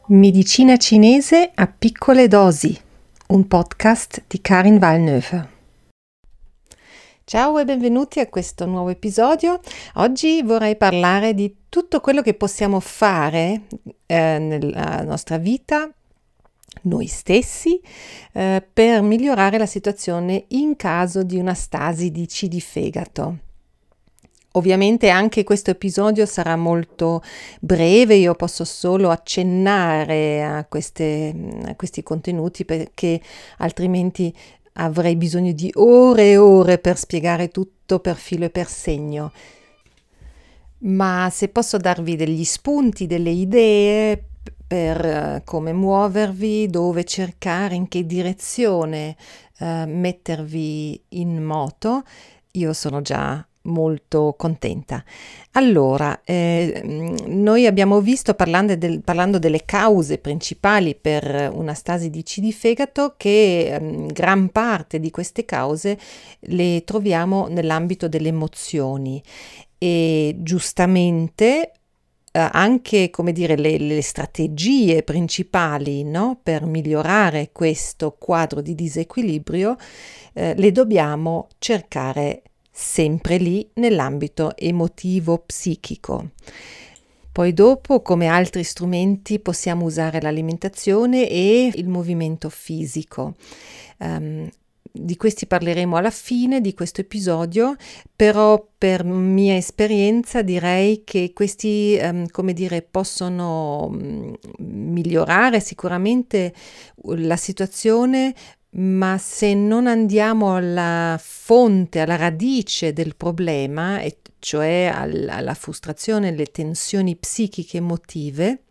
Medicina cinese a piccole dosi, un podcast di Karin Valnhofer. Ciao e benvenuti a questo nuovo episodio. Oggi vorrei parlare di tutto quello che possiamo fare nella nostra vita, noi stessi, per migliorare la situazione in caso di una stasi di C di fegato. Ovviamente anche questo episodio sarà molto breve, io posso solo accennare a questi contenuti perché altrimenti avrei bisogno di ore e ore per spiegare tutto per filo e per segno. Ma se posso darvi degli spunti, delle idee per come muovervi, dove cercare, in che direzione mettervi in moto, io sono già molto contenta. Allora, noi abbiamo visto parlando delle cause principali per una stasi di C di fegato che gran parte di queste cause le troviamo nell'ambito delle emozioni e giustamente anche, come dire, le strategie principali, no, per migliorare questo quadro di disequilibrio le dobbiamo cercare sempre lì nell'ambito emotivo-psichico. Poi dopo, come altri strumenti, possiamo usare l'alimentazione e il movimento fisico. Di questi parleremo alla fine di questo episodio, però per mia esperienza direi che questi, come dire, possono migliorare sicuramente la situazione, ma se non andiamo alla fonte, alla radice del problema, e cioè alla frustrazione, alle tensioni psichiche emotive,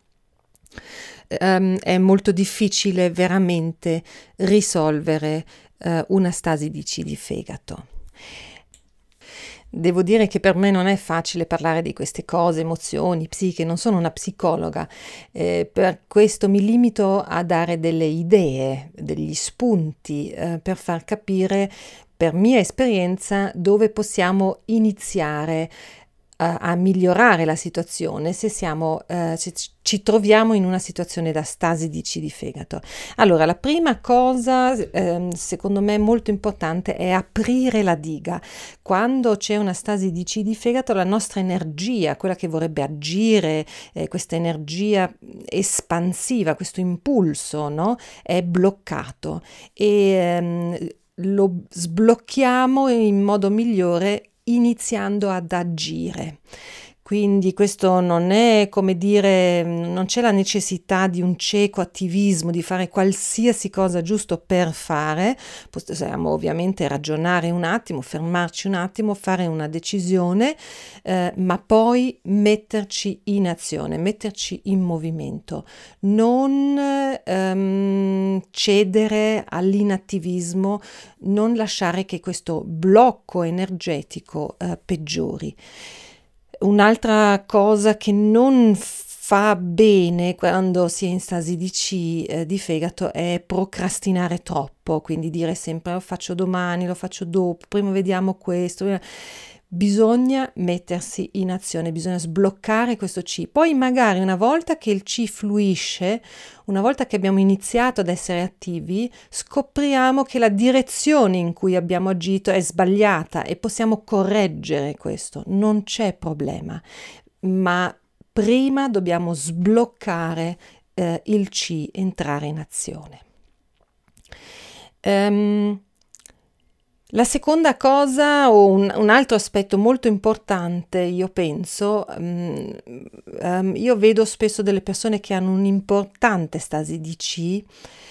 è molto difficile veramente risolvere una stasi di C di fegato. Devo dire che per me non è facile parlare di queste cose, emozioni, psiche, non sono una psicologa, per questo mi limito a dare delle idee, degli spunti per far capire, per mia esperienza, dove possiamo iniziare a migliorare la situazione se ci troviamo in una situazione da stasi di C di fegato. Allora, la prima cosa, secondo me molto importante, è aprire la diga. Quando c'è una stasi di C di fegato, la nostra energia, quella che vorrebbe agire, questa energia espansiva, questo impulso, no, è bloccato e lo sblocchiamo in modo migliore iniziando ad agire. Quindi questo non è, come dire, non c'è la necessità di un cieco attivismo, di fare qualsiasi cosa giusto per fare. Possiamo ovviamente ragionare un attimo, fermarci un attimo, fare una decisione, ma poi metterci in azione, metterci in movimento, non cedere all'inattivismo, non lasciare che questo blocco energetico peggiori. Un'altra cosa che non fa bene quando si è in stasi di C di fegato è procrastinare troppo, quindi dire sempre lo faccio domani, lo faccio dopo, prima vediamo questo. Bisogna mettersi in azione, bisogna sbloccare questo C. Poi magari una volta che il C fluisce, una volta che abbiamo iniziato ad essere attivi, scopriamo che la direzione in cui abbiamo agito è sbagliata e possiamo correggere questo, non c'è problema, ma prima dobbiamo sbloccare il C, entrare in azione. La seconda cosa, o un altro aspetto molto importante, io penso, io vedo spesso delle persone che hanno un'importante stasi di C,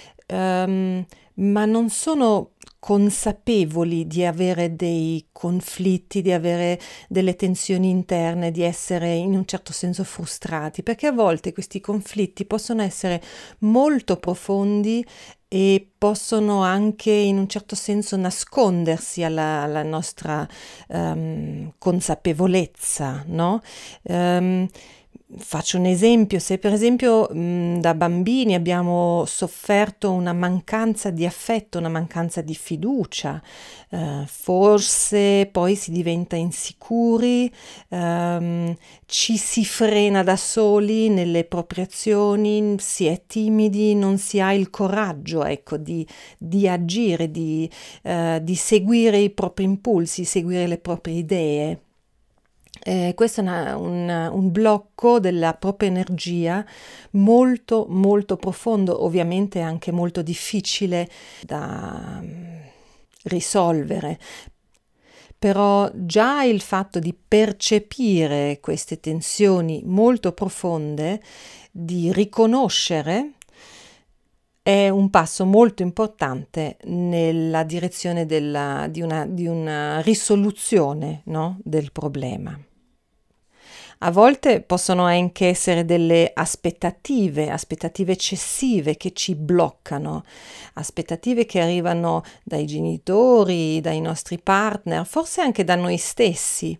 ma non sono consapevoli di avere dei conflitti, di avere delle tensioni interne, di essere in un certo senso frustrati, perché a volte questi conflitti possono essere molto profondi e possono anche in un certo senso nascondersi alla nostra consapevolezza, no? Faccio un esempio: se per esempio da bambini abbiamo sofferto una mancanza di affetto, una mancanza di fiducia, forse poi si diventa insicuri, ci si frena da soli nelle proprie azioni, si è timidi, non si ha il coraggio, ecco, di agire, di seguire i propri impulsi, seguire le proprie idee. Questo è un blocco della propria energia molto molto profondo, ovviamente anche molto difficile da risolvere, però già il fatto di percepire queste tensioni molto profonde, di riconoscere, è un passo molto importante nella direzione di una risoluzione, no, del problema. A volte possono anche essere delle aspettative eccessive che ci bloccano, aspettative che arrivano dai genitori, dai nostri partner, forse anche da noi stessi,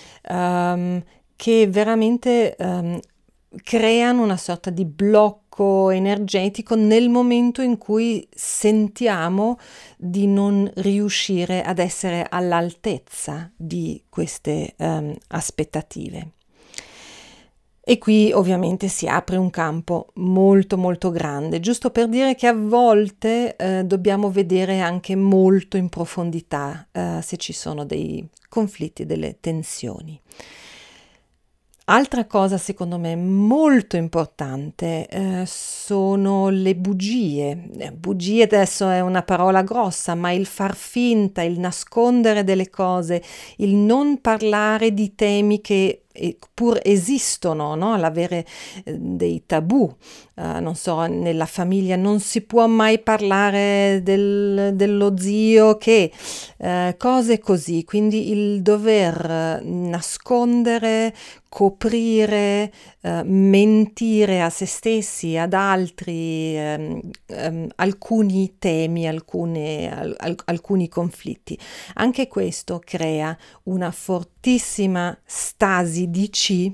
che veramente creano una sorta di blocco energetico nel momento in cui sentiamo di non riuscire ad essere all'altezza di queste aspettative. E qui ovviamente si apre un campo molto molto grande, giusto per dire che a volte dobbiamo vedere anche molto in profondità se ci sono dei conflitti, delle tensioni. Altra cosa secondo me molto importante sono le bugie. Bugie adesso è una parola grossa, ma il far finta, il nascondere delle cose, il non parlare di temi che pur esistono, no? L'avere dei tabù. Non so, nella famiglia non si può mai parlare dello zio che, cose così, quindi il dover nascondere, coprire, mentire a se stessi, ad altri, alcuni temi, alcuni conflitti. Anche questo crea una fortissima stasi di C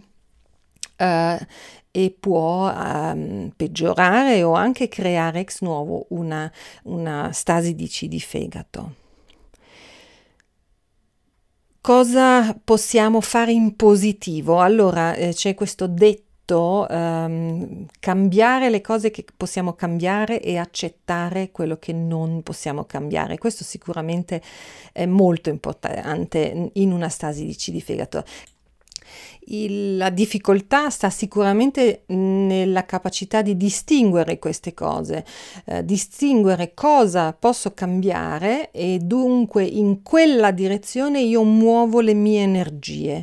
e può peggiorare o anche creare ex novo una stasi di C di fegato. Cosa possiamo fare in positivo? Allora, c'è questo detto, cambiare le cose che possiamo cambiare e accettare quello che non possiamo cambiare. Questo sicuramente è molto importante in una stasi di C di fegato. La difficoltà sta sicuramente nella capacità di distinguere queste cose, distinguere cosa posso cambiare e dunque in quella direzione io muovo le mie energie.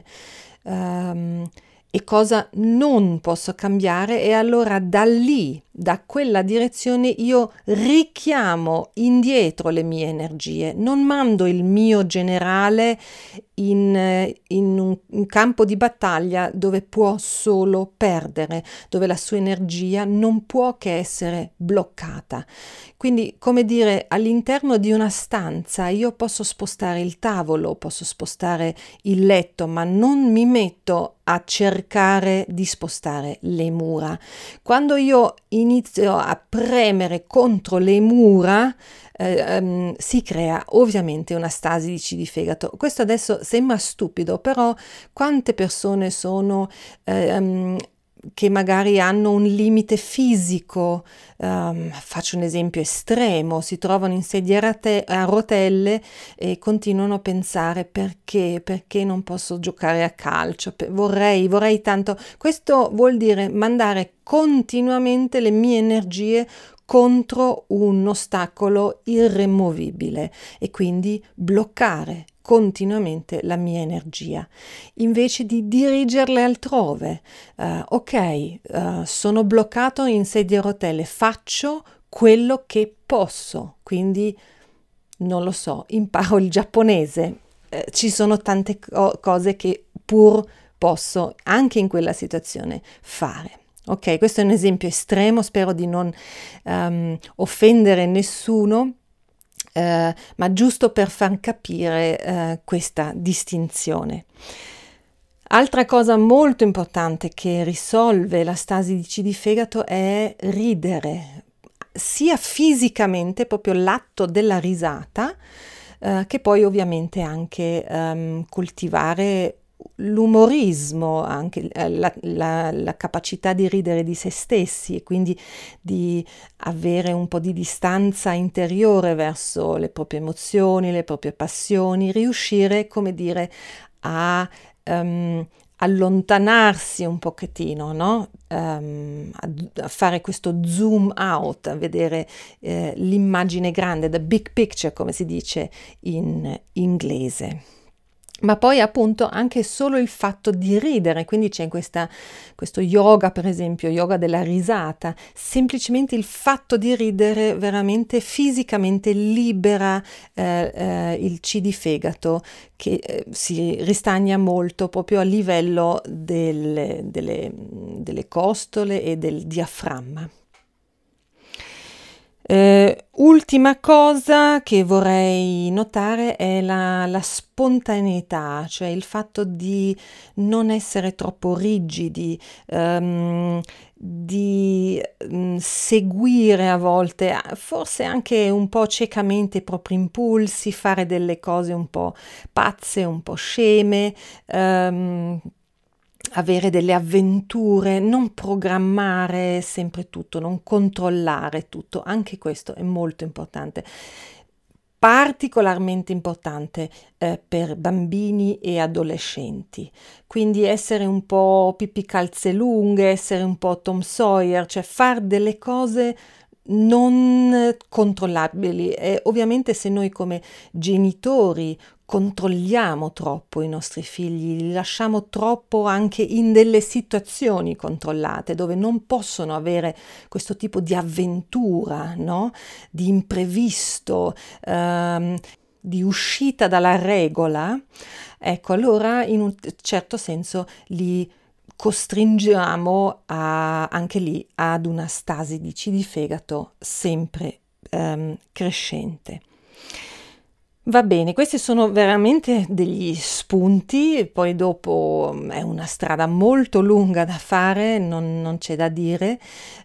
E cosa non posso cambiare e allora da lì, da quella direzione io richiamo indietro le mie energie, non mando il mio generale in un campo di battaglia dove può solo perdere, dove la sua energia non può che essere bloccata. Quindi, come dire, all'interno di una stanza io posso spostare il tavolo, posso spostare il letto, ma non mi metto a cercare di spostare le mura. Quando io inizio a premere contro le mura, si crea ovviamente una stasi di C di fegato. Questo adesso sembra stupido, però quante persone sono che magari hanno un limite fisico, faccio un esempio estremo, si trovano in sedie a rotelle e continuano a pensare perché non posso giocare a calcio, vorrei tanto. Questo vuol dire mandare continuamente le mie energie contro un ostacolo irremovibile e quindi bloccare continuamente la mia energia invece di dirigerle altrove. Sono bloccato in sedia a rotelle, faccio quello che posso, quindi non lo so, imparo il giapponese, ci sono tante cose che pur posso anche in quella situazione fare. Ok, questo è un esempio estremo, spero di non offendere nessuno, ma giusto per far capire questa distinzione. Altra cosa molto importante che risolve la stasi di fegato è ridere, sia fisicamente, proprio l'atto della risata, che poi ovviamente anche coltivare l'umorismo, anche la capacità di ridere di se stessi e quindi di avere un po' di distanza interiore verso le proprie emozioni, le proprie passioni, riuscire, come dire, a allontanarsi un pochettino, no? A fare questo zoom out, a vedere l'immagine grande, the big picture, come si dice in inglese. Ma poi appunto anche solo il fatto di ridere, quindi c'è questo yoga, per esempio, yoga della risata, semplicemente il fatto di ridere veramente fisicamente libera il C di fegato, che si ristagna molto proprio a livello delle costole e del diaframma. Ultima cosa che vorrei notare è la spontaneità, cioè il fatto di non essere troppo rigidi, di seguire a volte, forse anche un po' ciecamente i propri impulsi, fare delle cose un po' pazze, un po' sceme, avere delle avventure, non programmare sempre tutto, non controllare tutto, anche questo è molto importante. Particolarmente importante per bambini e adolescenti, quindi essere un po' Pippi Calzelunghe, essere un po' Tom Sawyer, cioè fare delle cose non controllabili. E ovviamente se noi come genitori controlliamo troppo i nostri figli, li lasciamo troppo anche in delle situazioni controllate dove non possono avere questo tipo di avventura, no? Di imprevisto, di uscita dalla regola, ecco, allora in un certo senso li costringiamo anche lì ad una stasi di fegato sempre crescente. Va bene, questi sono veramente degli spunti, poi dopo è una strada molto lunga da fare, non c'è da dire,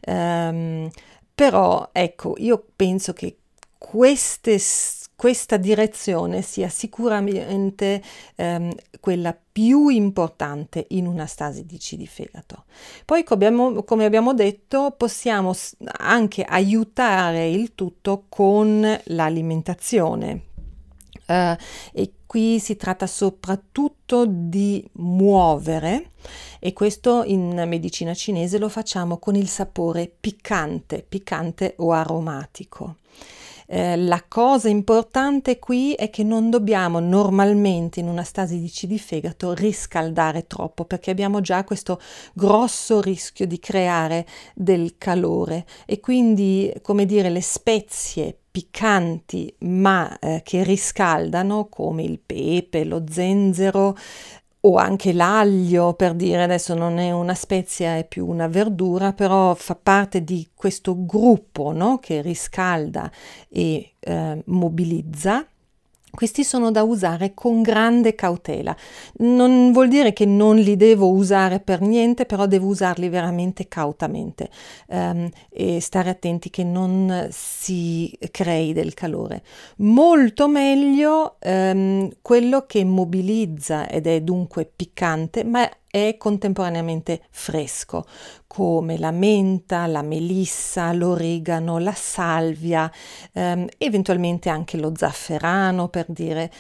però ecco, io penso che questa direzione sia sicuramente quella più importante in una stasi di fegato. Poi, come abbiamo detto, possiamo anche aiutare il tutto con l'alimentazione. E qui si tratta soprattutto di muovere, e questo in medicina cinese lo facciamo con il sapore piccante o aromatico. La cosa importante qui è che non dobbiamo normalmente in una stasi di fegato riscaldare troppo, perché abbiamo già questo grosso rischio di creare del calore, e quindi, come dire, le spezie piccanti ma che riscaldano, come il pepe, lo zenzero o anche l'aglio, per dire, adesso non è una spezia, è più una verdura, però fa parte di questo gruppo, no? Che riscalda e mobilizza. Questi sono da usare con grande cautela. Non vuol dire che non li devo usare per niente, però devo usarli veramente cautamente e stare attenti che non si crei del calore. Molto meglio quello che mobilizza ed è dunque piccante, ma è contemporaneamente fresco, come la menta, la melissa, l'origano, la salvia, eventualmente anche lo zafferano, per dire,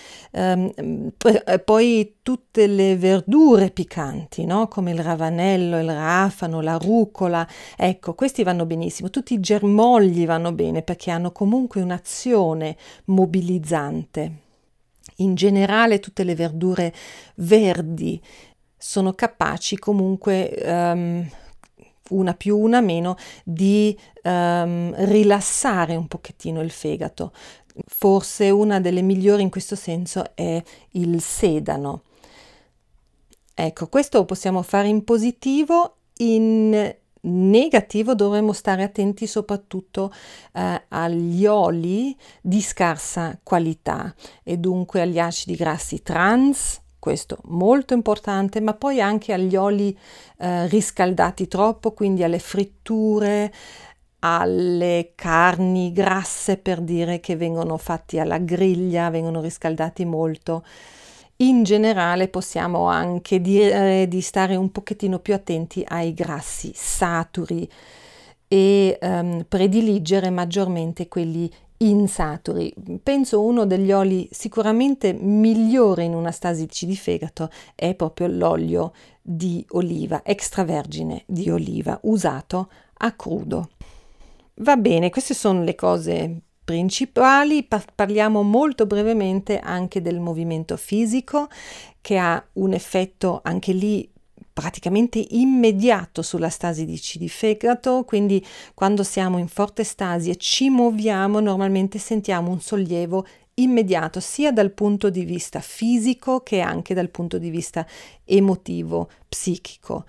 poi tutte le verdure piccanti, no? Come il ravanello, il rafano, la rucola, ecco, questi vanno benissimo. Tutti i germogli vanno bene perché hanno comunque un'azione mobilizzante. In generale tutte le verdure verdi sono capaci comunque, una più una meno, di rilassare un pochettino il fegato. Forse una delle migliori in questo senso è il sedano. Ecco, questo lo possiamo fare in positivo. In negativo dovremmo stare attenti soprattutto agli oli di scarsa qualità e dunque agli acidi grassi trans, questo molto importante, ma poi anche agli oli riscaldati troppo, quindi alle fritture, alle carni grasse, per dire, che vengono fatti alla griglia, vengono riscaldati molto. In generale possiamo anche dire di stare un pochettino più attenti ai grassi saturi e prediligere maggiormente quelli insaturi. Penso uno degli oli sicuramente migliore in una stasi di fegato è proprio l'olio di oliva, extravergine di oliva, usato a crudo. Va bene, queste sono le cose principali. Parliamo molto brevemente anche del movimento fisico, che ha un effetto anche lì praticamente immediato sulla stasi di fegato, quindi quando siamo in forte stasi e ci muoviamo, normalmente sentiamo un sollievo immediato, sia dal punto di vista fisico che anche dal punto di vista emotivo, psichico.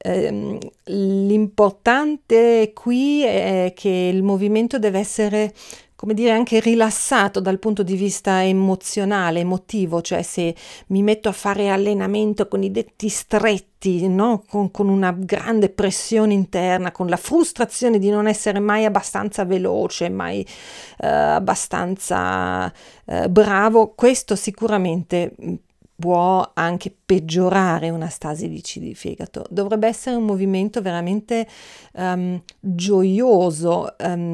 L'importante qui è che il movimento deve essere, come dire, anche rilassato dal punto di vista emozionale, emotivo, cioè se mi metto a fare allenamento con i detti stretti, no? Con una grande pressione interna, con la frustrazione di non essere mai abbastanza veloce, mai abbastanza bravo, questo sicuramente può anche peggiorare una stasi di fegato. Dovrebbe essere un movimento veramente gioioso.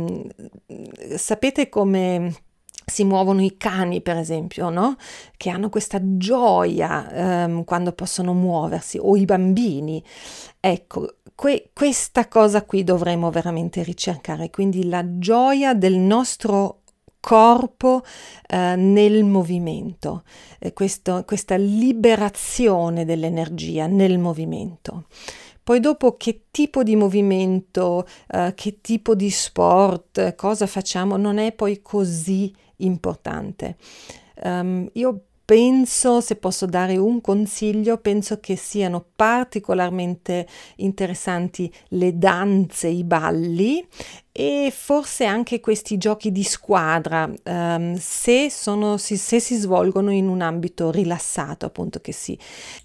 Sapete come si muovono i cani, per esempio, no? Che hanno questa gioia quando possono muoversi, o i bambini. Ecco, questa cosa qui dovremmo veramente ricercare, quindi la gioia del nostro corpo nel movimento, questa liberazione dell'energia nel movimento. Poi dopo che tipo di movimento, che tipo di sport, cosa facciamo, non è poi così importante. Io penso, se posso dare un consiglio, penso che siano particolarmente interessanti le danze, i balli e forse anche questi giochi di squadra, se si svolgono in un ambito rilassato, appunto, che si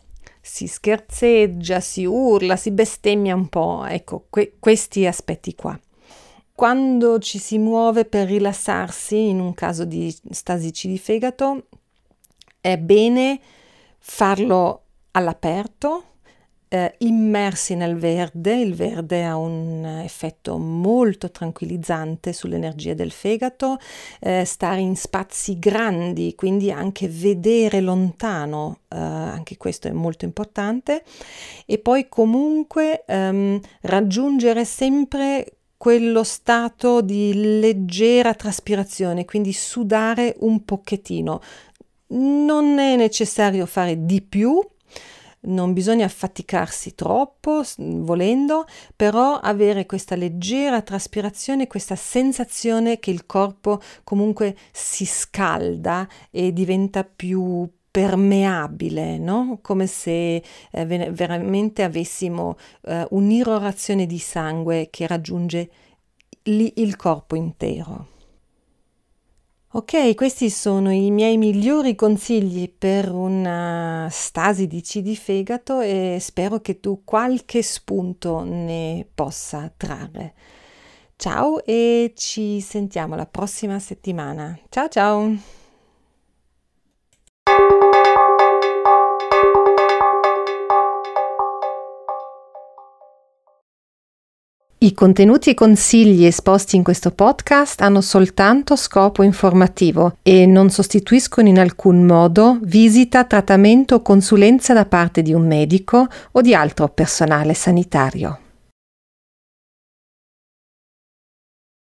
scherzeggia, si urla, si bestemmia un po', ecco, questi aspetti qua. Quando ci si muove per rilassarsi, in un caso di stasi di fegato, è bene farlo all'aperto, immersi nel verde. Il verde ha un effetto molto tranquillizzante sull'energia del fegato, stare in spazi grandi, quindi anche vedere lontano, anche questo è molto importante, e poi comunque raggiungere sempre quello stato di leggera traspirazione, quindi sudare un pochettino. Non è necessario fare di più, non bisogna affaticarsi troppo volendo, però avere questa leggera traspirazione, questa sensazione che il corpo comunque si scalda e diventa più permeabile, no? Come se veramente avessimo un'irrorazione di sangue che raggiunge il corpo intero. Ok, questi sono i miei migliori consigli per una stasi di fegato e spero che tu qualche spunto ne possa trarre. Ciao e ci sentiamo la prossima settimana. Ciao ciao! I contenuti e consigli esposti in questo podcast hanno soltanto scopo informativo e non sostituiscono in alcun modo visita, trattamento o consulenza da parte di un medico o di altro personale sanitario.